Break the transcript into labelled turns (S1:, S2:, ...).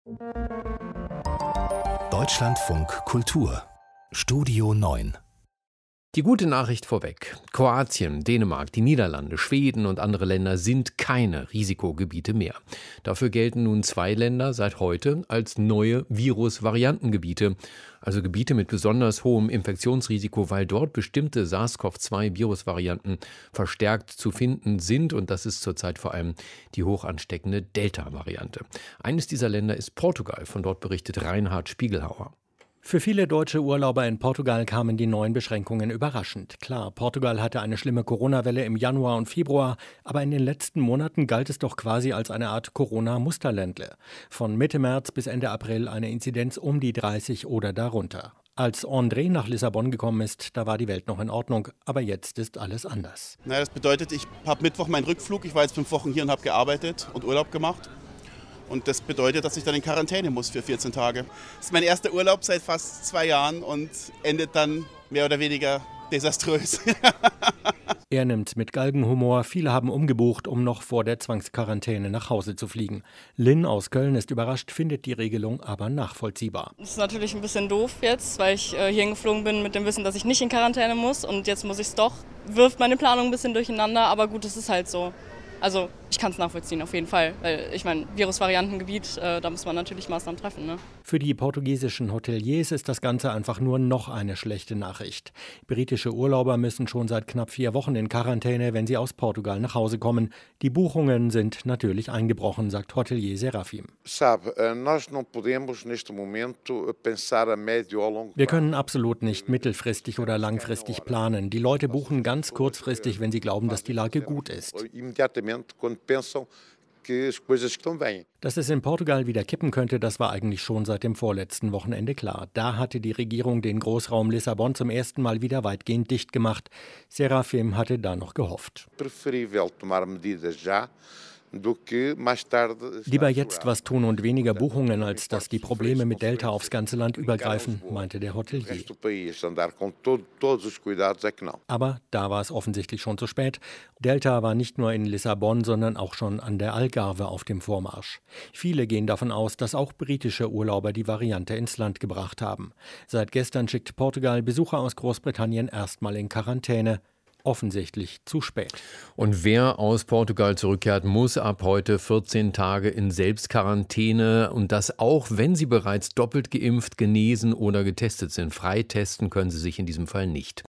S1: Deutschlandfunk Kultur Studio 9.
S2: Die gute Nachricht vorweg. Kroatien, Dänemark, die Niederlande, Schweden und andere Länder sind keine Risikogebiete mehr. Dafür gelten nun 2 Länder seit heute als neue Virusvariantengebiete, also Gebiete mit besonders hohem Infektionsrisiko, weil dort bestimmte SARS-CoV-2-Virusvarianten verstärkt zu finden sind, und das ist zurzeit vor allem die hochansteckende Delta-Variante. Eines dieser Länder ist Portugal, von dort berichtet Reinhard Spiegelhauer.
S3: Für viele deutsche Urlauber in Portugal kamen die neuen Beschränkungen überraschend. Klar, Portugal hatte eine schlimme Corona-Welle im Januar und Februar, aber in den letzten Monaten galt es doch quasi als eine Art Corona-Musterländle. Von Mitte März bis Ende April eine Inzidenz um die 30 oder darunter. Als André nach Lissabon gekommen ist, da war die Welt noch in Ordnung, aber jetzt ist alles anders.
S4: Das bedeutet, ich habe Mittwoch meinen Rückflug, ich war jetzt 5 Wochen hier und habe gearbeitet und Urlaub gemacht. Und das bedeutet, dass ich dann in Quarantäne muss für 14 Tage. Das ist mein erster Urlaub seit fast 2 Jahren und endet dann mehr oder weniger desaströs.
S3: Er nimmt mit Galgenhumor. Viele haben umgebucht, um noch vor der Zwangsquarantäne nach Hause zu fliegen. Lynn aus Köln ist überrascht, findet die Regelung aber nachvollziehbar.
S5: Das ist natürlich ein bisschen doof jetzt, weil ich hier hingeflogen bin mit dem Wissen, dass ich nicht in Quarantäne muss. Und jetzt muss ich es doch. Wirft meine Planung ein bisschen durcheinander, aber gut, es ist halt so. Also ich kann es nachvollziehen, auf jeden Fall. Weil ich meine, Virusvariantengebiet, da muss man natürlich Maßnahmen treffen, ne?
S3: Für die portugiesischen Hoteliers ist das Ganze einfach nur noch eine schlechte Nachricht. Britische Urlauber müssen schon seit knapp 4 Wochen in Quarantäne, wenn sie aus Portugal nach Hause kommen. Die Buchungen sind natürlich eingebrochen, sagt Hotelier Serafim. Wir können absolut nicht mittelfristig oder langfristig planen. Die Leute buchen ganz kurzfristig, wenn sie glauben, dass die Lage gut ist. Dass es in Portugal wieder kippen könnte, das war eigentlich schon seit dem vorletzten Wochenende klar. Da hatte die Regierung den Großraum Lissabon zum ersten Mal wieder weitgehend dicht gemacht. Serafim hatte da noch gehofft. Lieber jetzt was tun und weniger Buchungen, als dass die Probleme mit Delta aufs ganze Land übergreifen, meinte der Hotelier. Aber da war es offensichtlich schon zu spät. Delta war nicht nur in Lissabon, sondern auch schon an der Algarve auf dem Vormarsch. Viele gehen davon aus, dass auch britische Urlauber die Variante ins Land gebracht haben. Seit gestern schickt Portugal Besucher aus Großbritannien erstmal in Quarantäne. Offensichtlich zu spät.
S2: Und wer aus Portugal zurückkehrt, muss ab heute 14 Tage in Selbstquarantäne, und das auch, wenn sie bereits doppelt geimpft, genesen oder getestet sind. Freitesten können sie sich in diesem Fall nicht.